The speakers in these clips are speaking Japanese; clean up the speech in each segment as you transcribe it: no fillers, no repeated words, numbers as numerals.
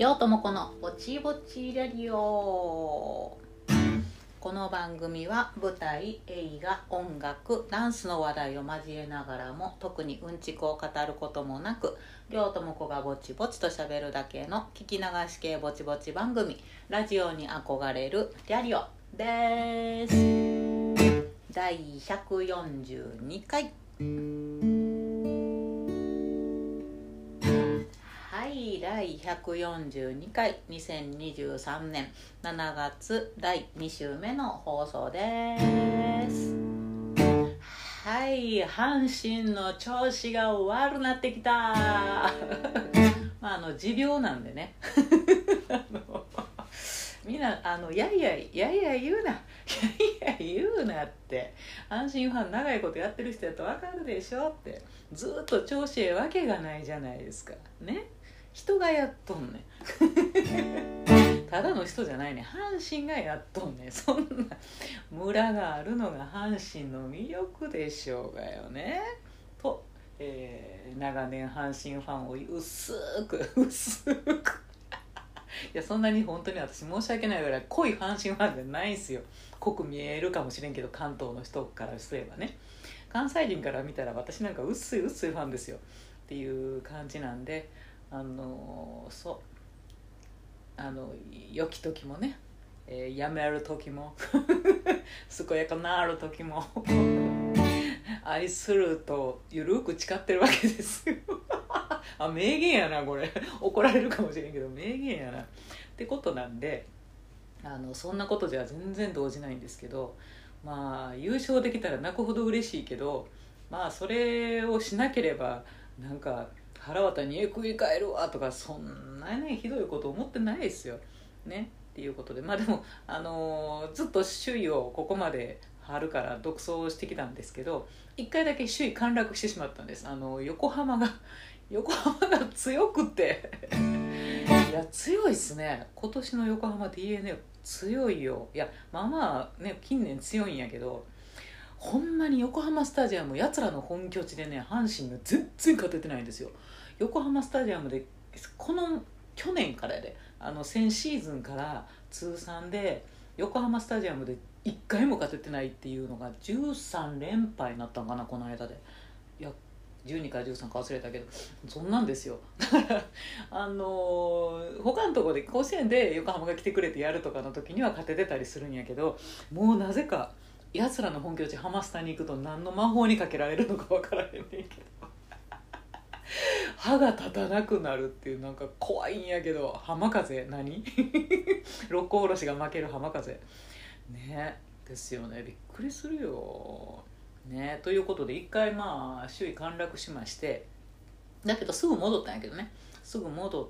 りょうともこのぼちぼちラジオ。この番組は舞台、映画、音楽、ダンスの話題を交えながらも特にうんちくを語ることもなく、りょうともこがぼちぼちと喋るだけの聞き流し系ぼちぼち番組、ラジオに憧れるリャリオです。第142回。第142回2023年7月第2週目の放送です。はい、阪神の調子が悪くなってきた持病なんでねみんなやいやい言うなって阪神ファン長いことやってる人やと分かるでしょって、ずっと調子ええわけがないじゃないですかね。人がやっとんねんただの人じゃないね、阪神がやっとんねん。そんな村があるのが阪神の魅力でしょうがよねと、長年阪神ファンを薄くいや、そんなに本当に私申し訳ないぐらい濃い阪神ファンじゃないんすよ。濃く見えるかもしれんけど、関東の人からすればね、関西人から見たら私なんか薄いファンですよっていう感じなんで、良き時もね、やめる時も健やかなる時も愛するとゆるく誓ってるわけですよ名言やなこれ怒られるかもしれんけど名言やなってことなんで、そんなことじゃ全然動じないんですけど、優勝できたら泣くほど嬉しいけど、それをしなければなんか腹渡に食い返るわとか、そんなねひどいこと思ってないですよねっていうことで、でもずっと首位をここまで春から独走してきたんですけど、一回だけ首位陥落してしまったんです。横浜が強くていや強いっすね、今年の横浜 DNA 強いよ。いやね近年強いんやけど、ほんまに横浜スタジアム、やつらの本拠地でね、阪神が全然勝ててないんですよ。横浜スタジアムでこの去年からやで、先シーズンから通算で横浜スタジアムで1回も勝ててないっていうのが13連敗になったんかな、この間で。いや12か13か忘れたけど、そんなんですよ。だから他のところで甲子園で横浜が来てくれてやるとかの時には勝ててたりするんやけど、もうなぜかやつらの本拠地ハマスタに行くと何の魔法にかけられるのか分からへんねんけど歯が立たなくなるっていう、なんか怖いんやけど、浜風何六甲おろしが負ける浜風ねですよね。びっくりするよね。ということで一回首位陥落しまして、だけどすぐ戻ったんやけどね、すぐ戻って、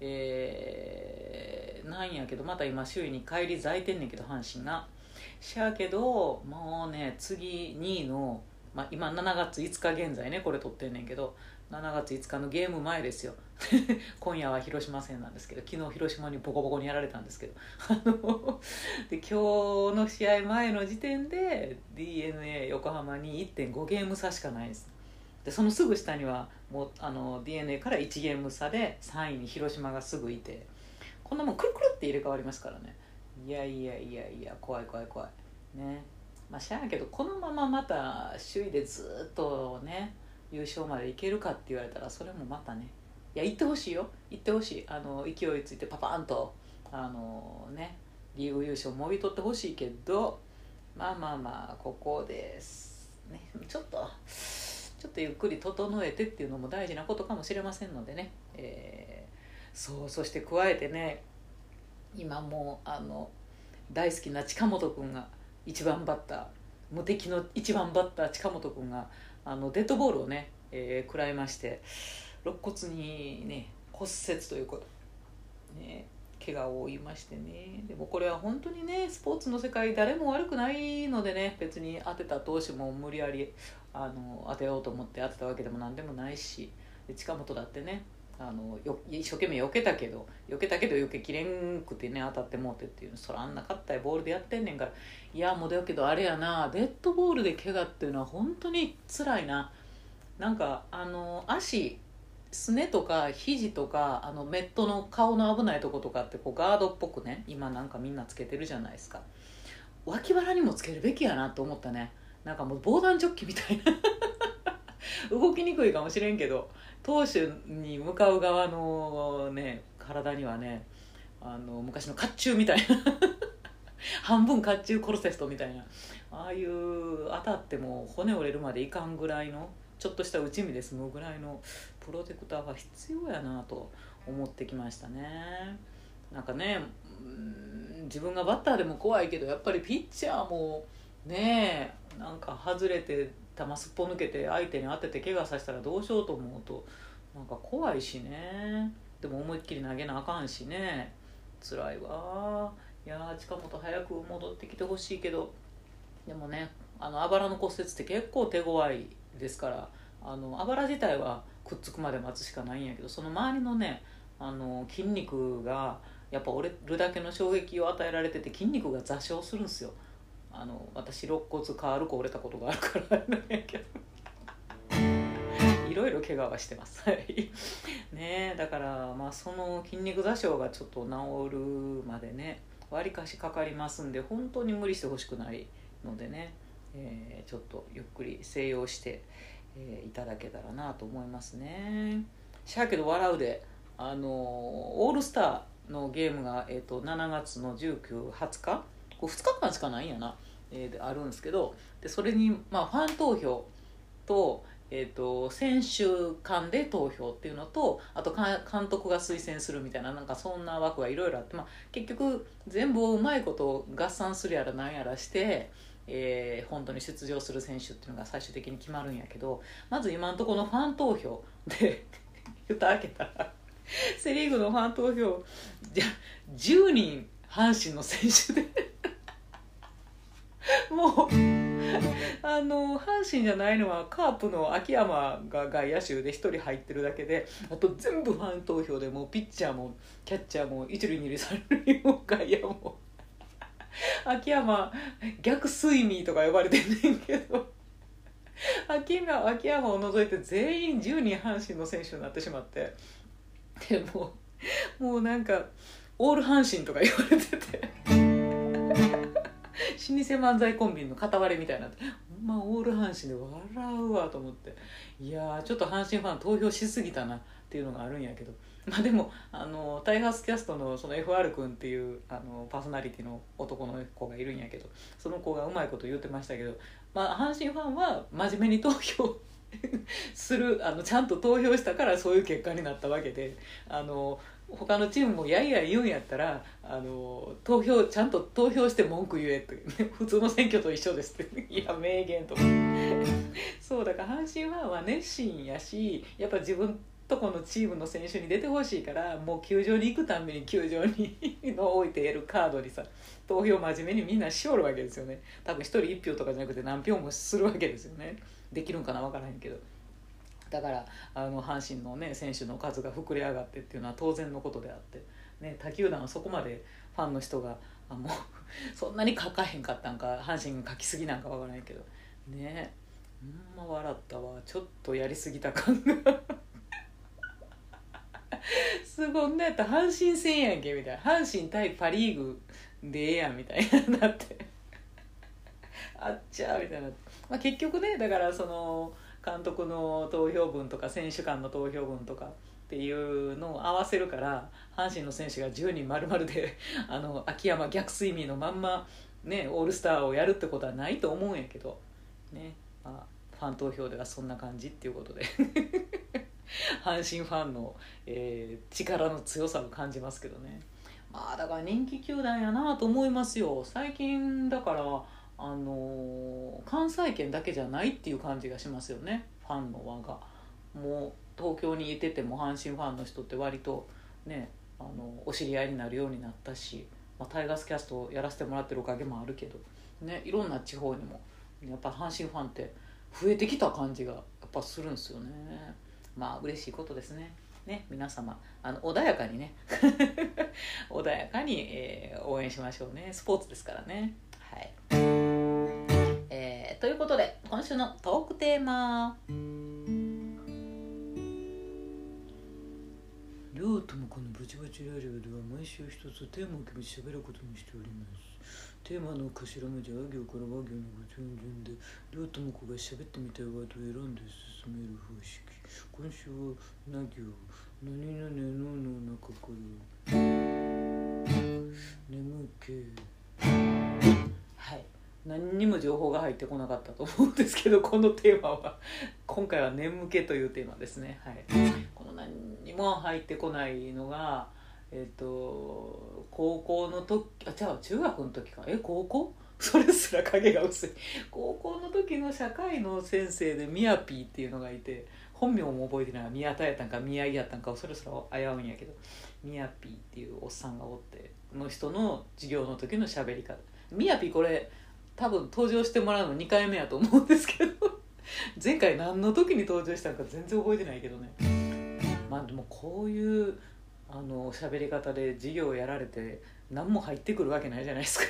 なんやけどまた今首位に返り咲いてんねんけど、阪神がしゃあけど、もうね次2位の、今7月5日現在ねこれ撮ってんねんけど、7月5日のゲーム前ですよ今夜は広島戦なんですけど、昨日広島にボコボコにやられたんですけどで今日の試合前の時点で DNA 横浜に 1.5 ゲーム差しかないんです。でそのすぐ下にはもうDNA から1ゲーム差で3位に広島がすぐいて、こんなもんくるくるって入れ替わりますからね。いや怖いね。しゃあけどこのまままた首位でずっとね優勝までいけるかって言われたら、それもまたね、いや行ってほしいよ、行ってほしい。勢いついてパパーンとリーグ優勝もぎ取ってほしいけど、ここですね、ちょっとゆっくり整えてっていうのも大事なことかもしれませんのでね、そして加えてね、今もう大好きな近本君が1番バッター、無敵の1番バッター近本君がデッドボールをね、食らいまして、肋骨にね骨折ということね、怪我を負いましてね。でもこれは本当にね、スポーツの世界誰も悪くないのでね、別に当てた投手も無理やり当てようと思って当てたわけでも何でもないし、で近本だってね一生懸命避けたけど避けきれんくてね、当たってもうてっていう、そらあんな硬いボールでやってんねんから。いやもうだけどあれやな、デッドボールで怪我っていうのは本当に辛いな。なんか足すねとか肘とかメットの顔の危ないとことかってこうガードっぽくね今なんかみんなつけてるじゃないですか。脇腹にもつけるべきやなと思ったね。なんかもう防弾チョッキみたいな動きにくいかもしれんけど投手に向かう側のね体にはね昔の甲冑みたいな半分甲冑コルセストみたいなああいう当たっても骨折れるまでいかんぐらいのちょっとした内身で済むぐらいのプロテクターが必要やなと思ってきましたね。なんかね自分がバッターでも怖いけどやっぱりピッチャーもねなんか外れて球すっぽ抜けて相手に当てて怪我させたらどうしようと思うとなんか怖いしね。でも思いっきり投げなあかんしね辛いわ。いや近本早く戻ってきてほしいけどでもねあばらの骨折って結構手強いですからあばら自体はくっつくまで待つしかないんやけどその周りのね筋肉がやっぱ折れるだけの衝撃を与えられてて筋肉が座礁するんですよ。私肋骨カールコ折れたことがあるからなんやけどいろいろ怪我はしてますねだからまあその筋肉座礁がちょっと治るまでねわりかしかかりますんで本当に無理してほしくないのでね、ちょっとゆっくり静養して、いただけたらなと思いますね。しゃあけど笑うでオールスターのゲームが、7月の19、20日こう2日間しかないんやな、あるんですけどでそれに、まあ、ファン投票と、選手間で投票っていうのとあと監督が推薦するみたいななんかそんな枠がいろいろあって、まあ、結局全部をうまいこと合算するやらなんやらして、本当に出場する選手っていうのが最終的に決まるんやけどまず今のところのファン投票で蓋開けたらセ・リーグのファン投票じゃ10人阪神の選手でもう阪神じゃないのはカープの秋山が外野手で1人入ってるだけであと全部ファン投票でもうピッチャーもキャッチャーも一塁二塁三塁も外野も秋山逆スイミーとか呼ばれてんねんけど秋山を除いて全員10人阪神の選手になってしまってでもうなんかオール阪神とか言われてて老舗漫才コンビの片割れみたいになってほんまオール阪神で笑うわと思っていやちょっと阪神ファン投票しすぎたなっていうのがあるんやけどまあでもタイガースキャストのその FR 君っていうパーソナリティの男の子がいるんやけどその子がうまいこと言ってましたけど、まあ、阪神ファンは真面目に投票するちゃんと投票したからそういう結果になったわけで他のチームもやいやい言うんやったらちゃんと投票して文句言えって普通の選挙と一緒ですっていや名言とかそうだから阪神ファンは熱心やしやっぱ自分とこのチームの選手に出てほしいからもう球場に行くたんびに球場にの置いているカードにさ投票真面目にみんなしおるわけですよね。多分1人1票とかじゃなくて何票もするわけですよね。できるんかな分からへんけどだから阪神の、ね、選手の数が膨れ上がってっていうのは当然のことであって、ね、他球団はそこまでファンの人がもうそんなに書かへんかったんか阪神が書きすぎなんか分からへんけどねほんま笑ったわ。ちょっとやりすぎた感がすごいねって阪神戦やんけみたいな阪神対パリーグでええやんみたいななってあっちゃーみたいな、まあ、結局ねだからその監督の投票分とか選手間の投票分とかっていうのを合わせるから阪神の選手が10人丸々で秋山逆睡眠のまんま、ね、オールスターをやるってことはないと思うんやけど、ねまあ、ファン投票ではそんな感じっていうことで阪神ファンの、力の強さを感じますけどね。まあだから人気球団やなと思いますよ最近だから関西圏だけじゃないっていう感じがしますよねファンの輪が。もう東京にいてても阪神ファンの人って割とねお知り合いになるようになったし、まあ、タイガースキャストをやらせてもらってるおかげもあるけど、ね、いろんな地方にもやっぱ阪神ファンって増えてきた感じがやっぱするんですよね。まあ嬉しいことですね。ね皆様穏やかにね穏やかに、応援しましょうね。スポーツですからね。はい、ということで今週のトークテーマりょうともこのブチバチラジオでは毎週一つテーマを決めて喋ることにしております。テーマの頭文字あ行から和行の順々でりょうともこが喋ってみたいワードを選んで進める方式。今週はな行何々のの中から眠気。はい、何にも情報が入ってこなかったと思うんですけど、このテーマは今回は眠気というテーマですね。はい、この何にも入ってこないのが高校の時、中学の時か、高校それすら影が薄い。高校の時の社会の先生でミヤピーっていうのがいて、本名も覚えてない、宮田やったんか宮城やったんかそれすら危ういんやけど、ミヤピーっていうおっさんがおって、の人の授業の時の喋り方。ミヤピーこれ多分登場してもらうの2回目やと思うんですけど前回何の時に登場したのか全然覚えてないけどね。まあでもこういう喋り方で授業をやられて何も入ってくるわけないじゃないですか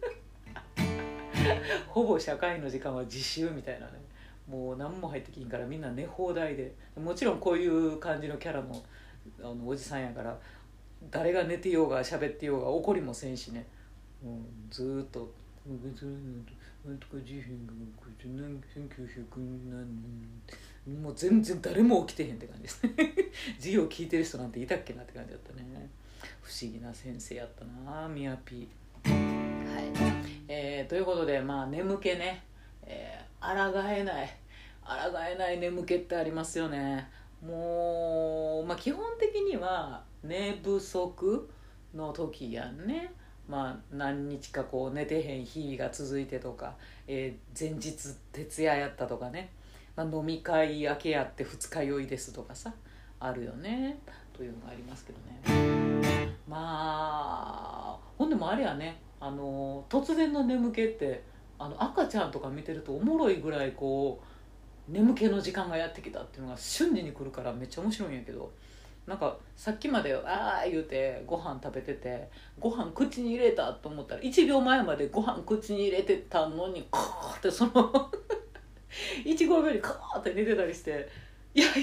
ほぼ社会の時間は自習みたいなね。もう何も入ってきんからみんな寝放題で、もちろんこういう感じのキャラのおじさんやから、誰が寝てようが喋ってようが怒りもせんしね、ずーっと別になんとか事変がこう1900何年、もう全然誰も起きてへんって感じですね授業聞いてる人なんていたっけなって感じだったね。不思議な先生やったな、ミヤピー。はい、ということで眠気ね、抗えない眠気ってありますよね。もう、基本的には寝不足の時やんね。何日かこう寝てへん日々が続いてとか、前日徹夜やったとかね、飲み会明けやって二日酔いですとかさ、あるよねというのがありますけどね。ほんでもあれやね、突然の眠気って赤ちゃんとか見てるとおもろいぐらいこう眠気の時間がやってきたっていうのが瞬時に来るからめっちゃ面白いんやけど、なんかさっきまで言うてご飯食べてて、ご飯口に入れたと思ったら1秒前までご飯口に入れてたのにカーってその1合目にカーって寝てたりして、いや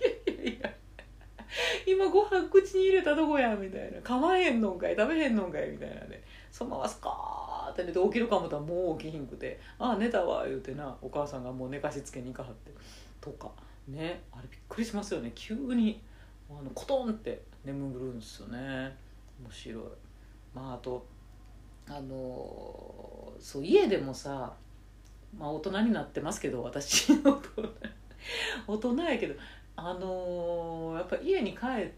今ご飯口に入れたとこやみたいな、構えへんのんかい食べへんのんかいみたいなね、そのままスカーって寝て起きるかもとはもう起きひんくて、寝たわ言うてな、お母さんがもう寝かしつけに行かはってとかね、あれびっくりしますよね。急にコトンって眠るんですよね。面白い。あとそう家でもさ、大人になってますけど私大人やけどやっぱ家に帰って、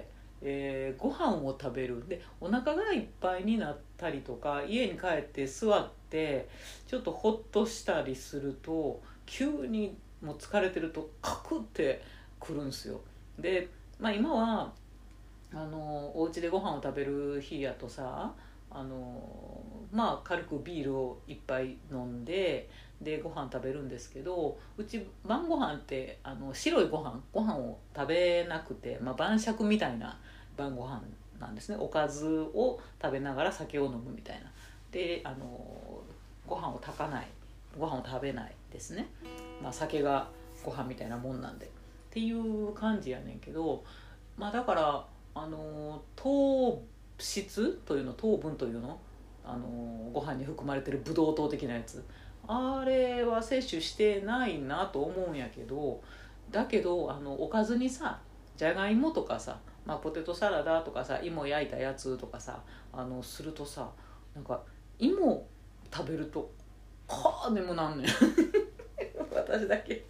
ご飯を食べるでお腹がいっぱいになったりとか、家に帰って座ってちょっとホッとしたりすると急にもう疲れてるとカクってくるんですよ。で、今はお家でご飯を食べる日やとさ、軽くビールを一杯飲んでご飯食べるんですけど、うち晩ご飯って白いご飯を食べなくて、晩酌みたいな晩ご飯なんですね。おかずを食べながら酒を飲むみたいなで、ご飯を炊かない、ご飯を食べないですね。酒がご飯みたいなもんなんでっていう感じやねんけど、だから糖質というの、糖分というの、ご飯に含まれてるブドウ糖的なやつ、あれは摂取してないなと思うんやけど、だけどおかずにさ、じゃがいもとかさ、ポテトサラダとかさ、芋焼いたやつとかさするとさ、なんか芋食べると眠なんねん私だけ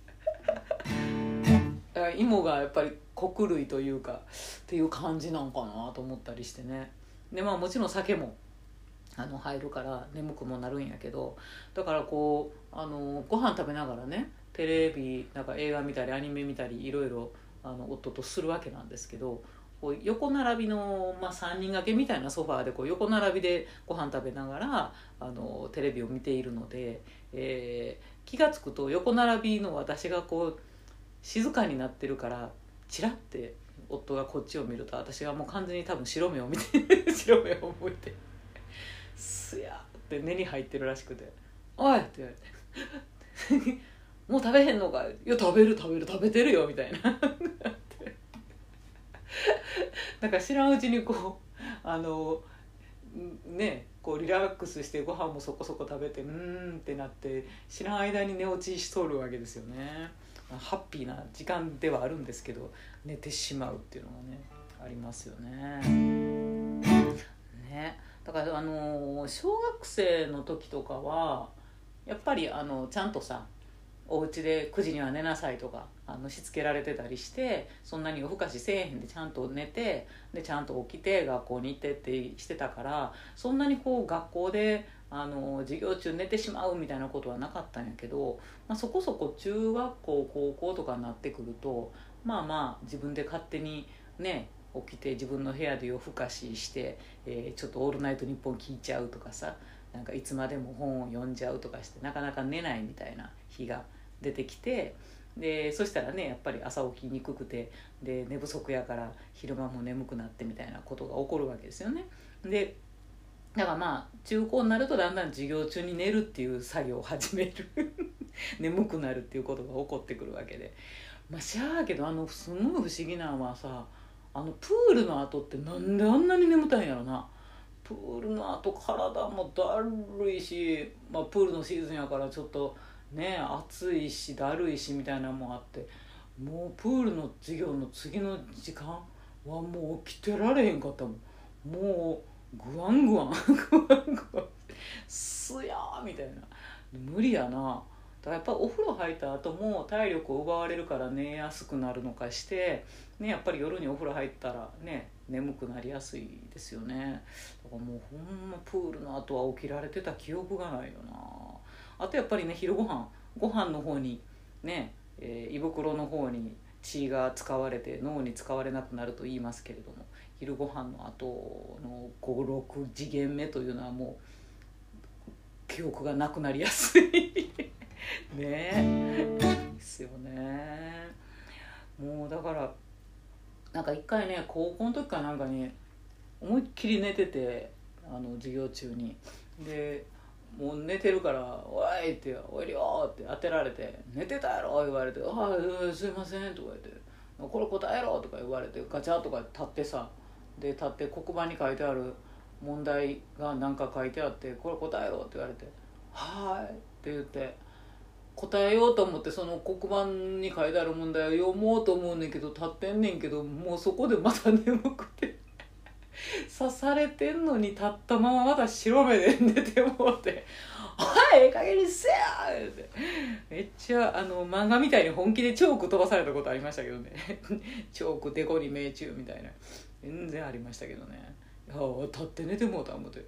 芋がやっぱり穀類というかっていう感じなんかなと思ったりしてね。でもちろん酒も入るから眠くもなるんやけど、だからこうご飯食べながらね、テレビなんか映画見たりアニメ見たりいろいろ夫とするわけなんですけど、こう横並びの、3人掛けみたいなソファーでこう横並びでご飯食べながらテレビを見ているので、気が付くと横並びの私がこう静かになってるから、チラッて夫がこっちを見ると私がもう完全に多分白目を見て白目を向いてすやって根に入ってるらしくて、おいって言われてもう食べへんのかい、いや食べてるよみたいなだから知らんうちにこうリラックスしてご飯もそこそこ食べてってなって、知らん間に寝落ちしとるわけですよね。ハッピーな時間ではあるんですけど、寝てしまうっていうのがねありますよね。だから小学生の時とかはやっぱりちゃんとさ、お家で9時には寝なさいとかしつけられてたりして、そんなに夜更かしせえへんでちゃんと寝て、でちゃんと起きて学校に行ってってしてたから、そんなにこう学校で授業中寝てしまうみたいなことはなかったんやけど、そこそこ中学校高校とかになってくると、自分で勝手にね起きて自分の部屋で夜更かしして、ちょっと「オールナイトニッポン」聞いちゃうとかさ、なんかいつまでも本を読んじゃうとかして、なかなか寝ないみたいな日が出てきて、でそしたらねやっぱり朝起きにくくて、で寝不足やから昼間も眠くなってみたいなことが起こるわけですよね。でだから中高になるとだんだん授業中に寝るっていう作業を始める眠くなるっていうことが起こってくるわけで、しゃあけどすごい不思議なのはさ、プールの後ってなんであんなに眠たいんやろな。プールの後体もだるいし、プールのシーズンやからちょっとね暑いしだるいしみたいなのもあって、もうプールの授業の次の時間はもう起きてられへんかったもん。もうグワングワングワングワンすやーみたいな、無理やな。だからやっぱお風呂入った後も体力を奪われるから寝やすくなるのかして、やっぱり夜にお風呂入ったらね眠くなりやすいですよね。だからもうほんまプールの後は起きられてた記憶がないよな。あとやっぱりね、昼ご飯の方にね、胃袋の方に血が使われて脳に使われなくなると言いますけれども、昼ご飯の後の56次元目というのはもう記憶がなくなりやすいねえですよね。もうだからなんか一回ね、高校の時かなんかに思いっきり寝てて、授業中に。でもう寝てるから「おい!」って「おいりよ!」って当てられて「寝てたやろ!」言われて「ああすいません」とか言って「これ答えろ!」とか言われてガチャとか立ってさ、で立って黒板に書いてある問題がなんか書いてあって「これ答えろ!」って言われて「はーい」って言って答えようと思って、その黒板に書いてある問題を読もうと思うねんけど、立ってんねんけど、もうそこでまた眠くて刺されてんのに立ったまままた白目で寝てもうて「おいええ加減にせや!」ってめっちゃ漫画みたいに本気でチョーク飛ばされたことありましたけどねチョークデコに命中みたいな、全然ありましたけどね。いや立って寝てもうた思って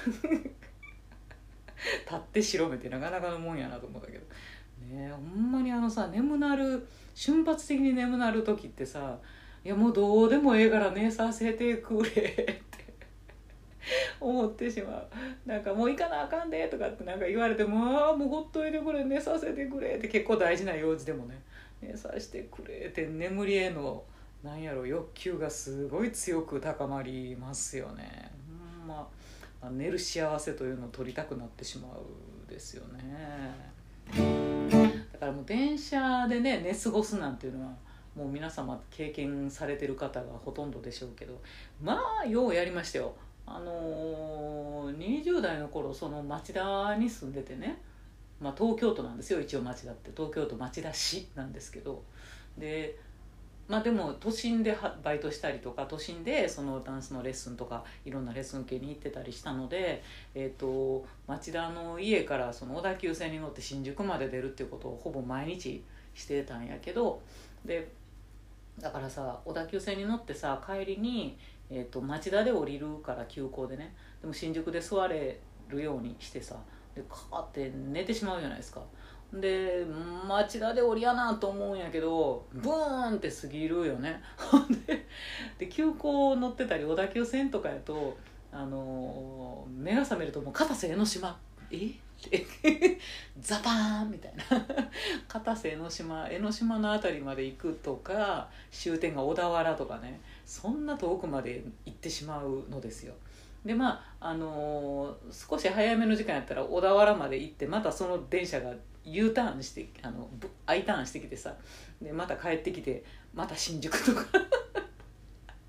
立って白目ってなかなかのもんやなと思ったけどね。ほんまに瞬発的に眠なる時ってさ、いやもうどうでもええから寝させてくれって思ってしまう。なんかもう行かなあかんでとかってなんか言われても、もうほっといてくれ、寝させてくれって、結構大事な用事でもね、寝させてくれって眠りへの欲求がすごい強く高まりますよね。ほんま寝る幸せというのを取りたくなってしまうですよね。だからもう電車でね寝過ごすなんていうのはもう皆様経験されてる方がほとんどでしょうけど、ようやりましたよ。20代の頃その町田に住んでてね、東京都なんですよ、一応町田って東京都町田市なんですけど、ででも都心でバイトしたりとか、都心でそのダンスのレッスンとかいろんなレッスン系に行ってたりしたので、町田の家からその小田急線に乗って新宿まで出るっていうことをほぼ毎日してたんやけど、でだからさ小田急線に乗ってさ帰りに、町田で降りるから急行でね、でも新宿で座れるようにしてさ、でカーって寝てしまうじゃないですか。で町田で降りやなと思うんやけどブーンって過ぎるよねで急行乗ってたり小田急線とかやと、目が覚めるともう片瀬江ノ島ってザバーンみたいな片瀬江ノ島の辺りまで行くとか、終点が小田原とかね、そんな遠くまで行ってしまうのですよ。で少し早めの時間やったら小田原まで行って、またその電車が U ターンしてI ターンしてきてさ、でまた帰ってきてまた新宿とか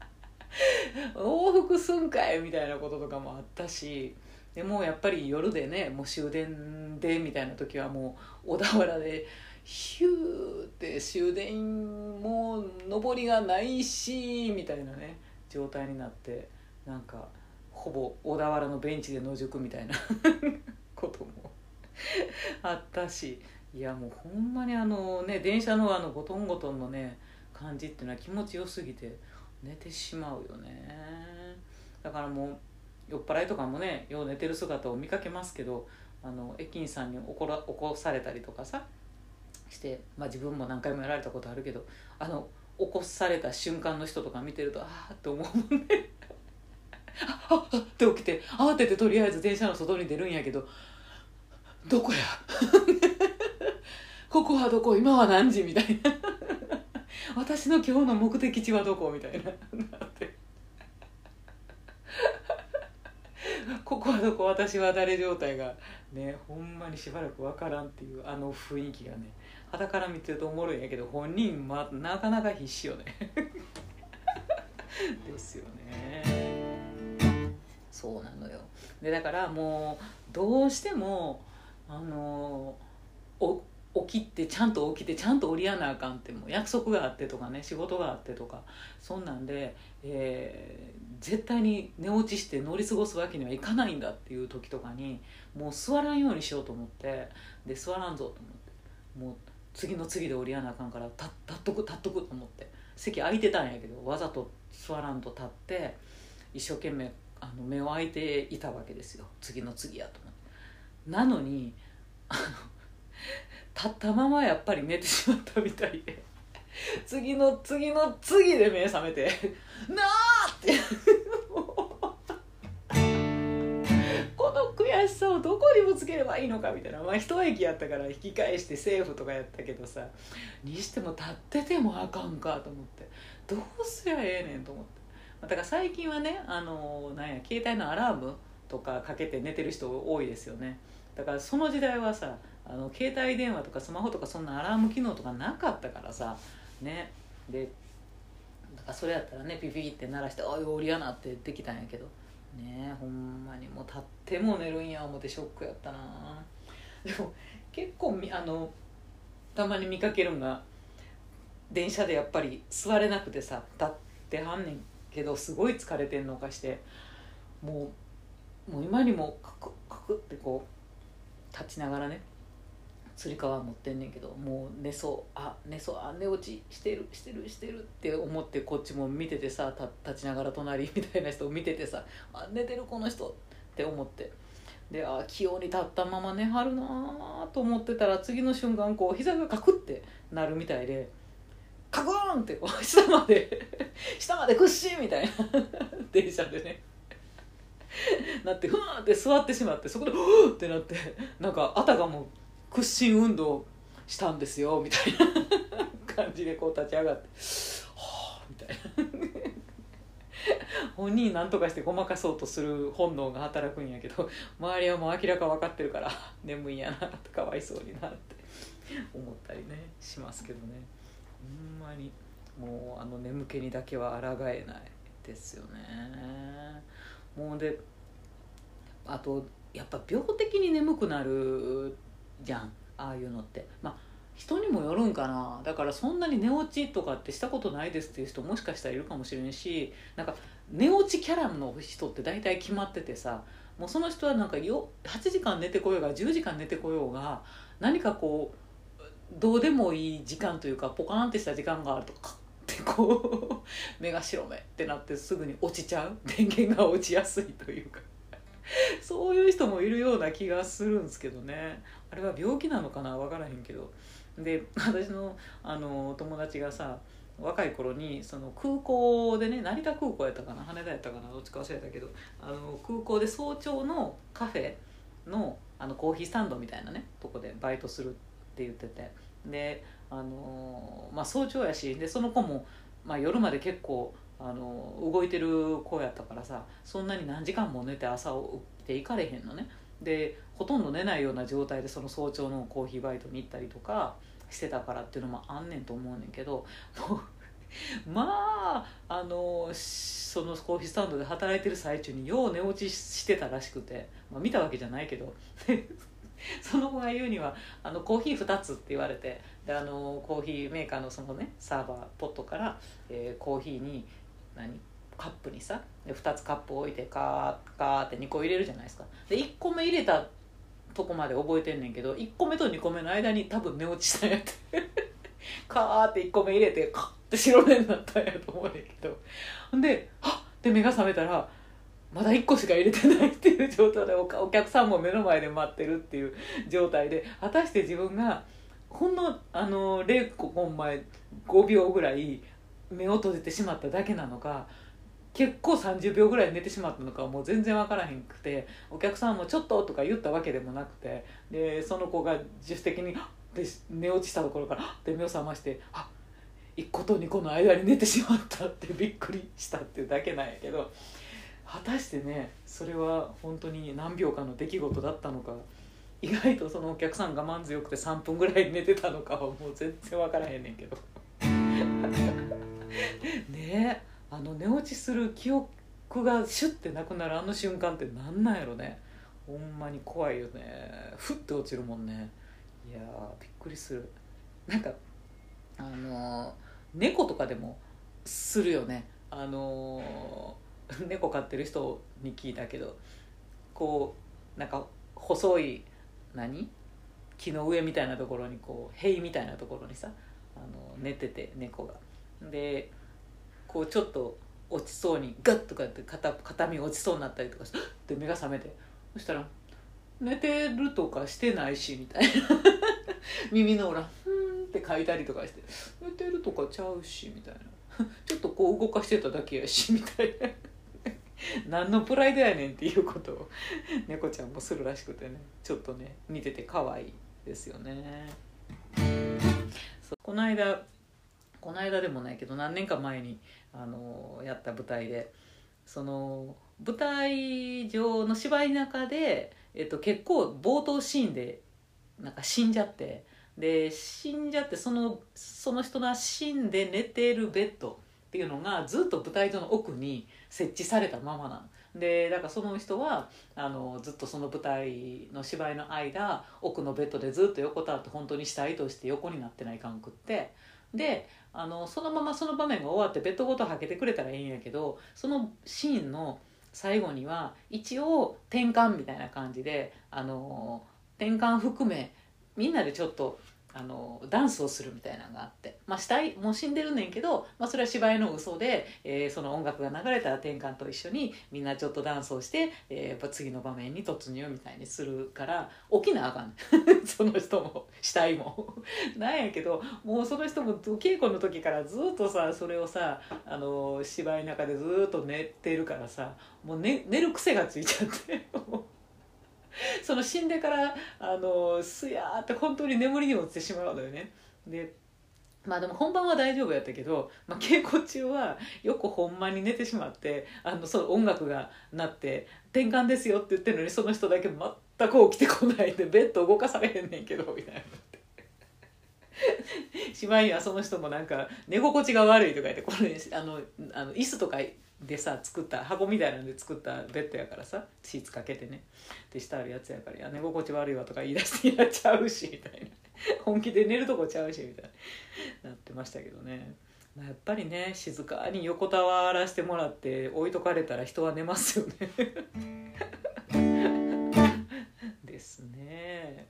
往復すんかいみたいなこととかもあったし、でもやっぱり夜でね、もう終電でみたいな時はもう小田原でヒューって終電もう上りがないしみたいなね状態になって、なんかほぼ小田原のベンチで野宿みたいなこともあったし、いやもうほんまに電車のゴトンゴトンのね感じっていうのは気持ちよすぎて寝てしまうよね。だからもう酔っ払いとかもねよう寝てる姿を見かけますけど、駅員さんに起こされたりとかさして、自分も何回もやられたことあるけど、起こされた瞬間の人とか見てるとああって思うもんねあっって起きて慌ててとりあえず電車の外に出るんやけど、どこやここはどこ、今は何時みたいな私の今日の目的地はどこみたいなここはどこ、私は誰状態がね、ほんまにしばらく分からんっていう雰囲気がね、傍から見てるとおもろいんやけど、本人なかなか必死よねですよね。そうなのよ。でだからもうどうしても起きてちゃんと起きてちゃんと降りやなあかんって、もう約束があってとかね、仕事があってとか、そんなんで、絶対に寝落ちして乗り過ごすわけにはいかないんだっていう時とかに、もう座らんようにしようと思って、で座らんぞと思って、もう次の次で降りやなあかんから立っとくと思って、席空いてたんやけどわざと座らんと立って一生懸命目を開いていたわけですよ、次の次やと思って。なのに立ったままやっぱり寝てしまったみたいで次の次の次で目覚めてなあってこの悔しさをどこにぶつければいいのかみたいな、一駅やったから引き返してセーフとかやったけどさ、にしても立っててもあかんかと思って、どうすりゃええねんと思って。だから最近はね携帯のアラームとかかけて寝てる人多いですよね。だからその時代はさ携帯電話とかスマホとかそんなアラーム機能とかなかったからさね。でだからそれやったらねピピって鳴らして「おいおりやな」ってできたんやけどね、ほんまにもう立っても寝るんや思ってショックやったな。でも結構たまに見かけるんが、電車でやっぱり座れなくてさ立ってはんねんけどすごい疲れてんのかして、もう今にもカクカクってこう立ちながらねつり革持ってんねんけど、もう寝落ちしてるって思ってこっちも見ててさ、立ちながら隣みたいな人を見ててさ、寝てるこの人って思って、で器用に立ったまま寝はるなと思ってたら、次の瞬間こう膝がカクってなるみたいで、カクーンってこう下まで屈伸みたいな電車でねなって、ふわーって座ってしまって、そこでふーってなって、なんかあたかも屈伸運動したんですよみたいな感じでこう立ち上がってはあみたいな本人なんとかしてごまかそうとする本能が働くんやけど、周りはもう明らか分かってるから眠いんやなってかわいそうになって思ったりねしますけどね。ほんまにもう眠気にだけは抗えないですよね。もうであとやっぱ病的に眠くなるじゃん、ああいうのって。人にもよるんかな。だからそんなに寝落ちとかってしたことないですっていう人もしかしたらいるかもしれんし、なんか寝落ちキャラの人って大体決まっててさ、もうその人はなんか8時間寝てこようが10時間寝てこようが、何かこうどうでもいい時間というかポカーンってした時間があるとカッてこう目が白目ってなってすぐに落ちちゃう、電源が落ちやすいというかそういう人もいるような気がするんですけどね。あれは病気なのかな分からへんけど。で私の友達がさ、若い頃にその空港でね、成田空港やったかな羽田やったかなどっちか忘れたけど、空港で早朝のカフェのコーヒースタンドみたいなねとこでバイトするって言ってて、で早朝やし、でその子も、夜まで結構動いてる子やったからさ、そんなに何時間も寝て朝起きていかれへんのね。でほとんど寝ないような状態でその早朝のコーヒーバイトに行ったりとかしてたからっていうのもあんねんと思うねんけど、もうまあそのコーヒースタンドで働いてる最中によう寝落ちしてたらしくて、見たわけじゃないけどその子が言うにはコーヒー2つって言われて、でコーヒーメーカーのそのねサーバーポットから、コーヒーにカップにさで2つカップ置いてカーカーって2個入れるじゃないですか。で1個目入れたとこまで覚えてんねんけど、1個目と2個目の間に多分寝落ちしたんやってカーって1個目入れてカッて白目になったんやと思うねんけど、ほんではっって目が覚めたらまだ1個しか入れてないっていう状態でお客さんも目の前で待ってるっていう状態で、果たして自分がほんの0個前5秒ぐらい目を閉じてしまっただけなのか、結構30秒ぐらい寝てしまったのかはもう全然分からへんくて、お客さんも「ちょっと」とか言ったわけでもなくて、でその子が自主的にで寝落ちしたところからで目を覚まして1個と2個の間に寝てしまったってびっくりしたっていうだけなんやけど、果たしてねそれは本当に何秒かの出来事だったのか、意外とそのお客さん我慢強くて3分ぐらい寝てたのかはもう全然分からへんねんけどねえ寝落ちする記憶がシュッてなくなる瞬間ってなんなんやろね。ほんまに怖いよね。ふって落ちるもんね。いやびっくりする。なんか猫とかでもするよね。猫飼ってる人に聞いたけど、こうなんか細い木の上みたいなところに塀みたいなところにさ寝てて猫がでちょっと落ちそうにガッとかやって肩身落ちそうになったりとかしてって目が覚めて、そしたら寝てるとかしてないしみたいな耳の裏ふーんって書いたりとかして寝てるとかちゃうしみたいなちょっと動かしてただけやしみたいな何のプライドやねんっていうことを猫ちゃんもするらしくてね、ちょっとね見てて可愛いですよね。そうこの間でもないけど何年か前にやった舞台で、その舞台上の芝居の中で、結構冒頭シーンで死んじゃって、その人が死んで寝ているベッドっていうのがずっと舞台上の奥に設置されたままなので、だからその人はずっとその舞台の芝居の間奥のベッドでずっと横たわって本当に死体として横になってないかんくって、でそのままその場面が終わってベッドごとはけてくれたらいいんやけど、そのシーンの最後には一応転換みたいな感じで転換含めみんなでちょっとダンスをするみたいなのがあって、死体もう死んでるねんけど、それは芝居の嘘で、その音楽が流れたら転換と一緒にみんなちょっとダンスをして、やっぱ次の場面に突入みたいにするから起きなあかんその人も死体もなんやけど、もうその人も稽古の時からずっとさそれをさ芝居の中でずっと寝てるからさ、もう、寝る癖がついちゃってその死んでからすやーって本当に眠りに落ちてしまうのよね。ででも本番は大丈夫やったけど、稽古中はよくほんまに寝てしまってその音楽が鳴って転換ですよって言ってるのにその人だけ全く起きてこないでベッド動かされへんねんけどみたいなしまいにはその人も寝心地が悪いとか言って、これ椅子とかでさ作った箱みたいなんで作ったベッドやからさシーツかけてねってしてあるやつやから、いや寝心地悪いわとか言い出してやっちゃうしみたいな本気で寝るとこちゃうしみたいななってましたけどね。やっぱりね静かに横たわらせてもらって置いとかれたら人は寝ますよねですね。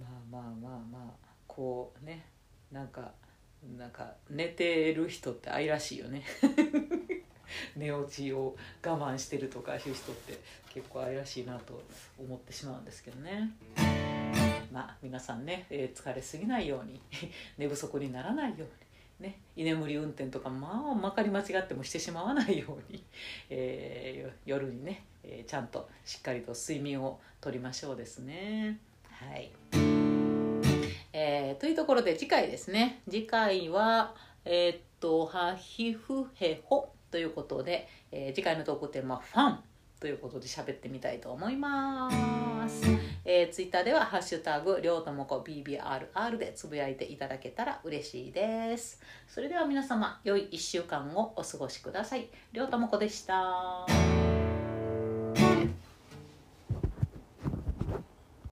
こうね寝てる人って愛らしいよね寝落ちを我慢してるとかいう人って結構愛らしいなと思ってしまうんですけどね。皆さんね、疲れすぎないように寝不足にならないようにね、居眠り運転とかまかり間違ってもしてしまわないように、夜にね、ちゃんとしっかりと睡眠をとりましょうですね。はい、というところで次回ですね。次回はハヒフヘホということで、次回のトークテーマはファンということで喋ってみたいと思います。ツイッターではハッシュタグりょうともこ BBRR でつぶやいていただけたら嬉しいです。それでは皆様良い1週間をお過ごしください。りょうともこでした。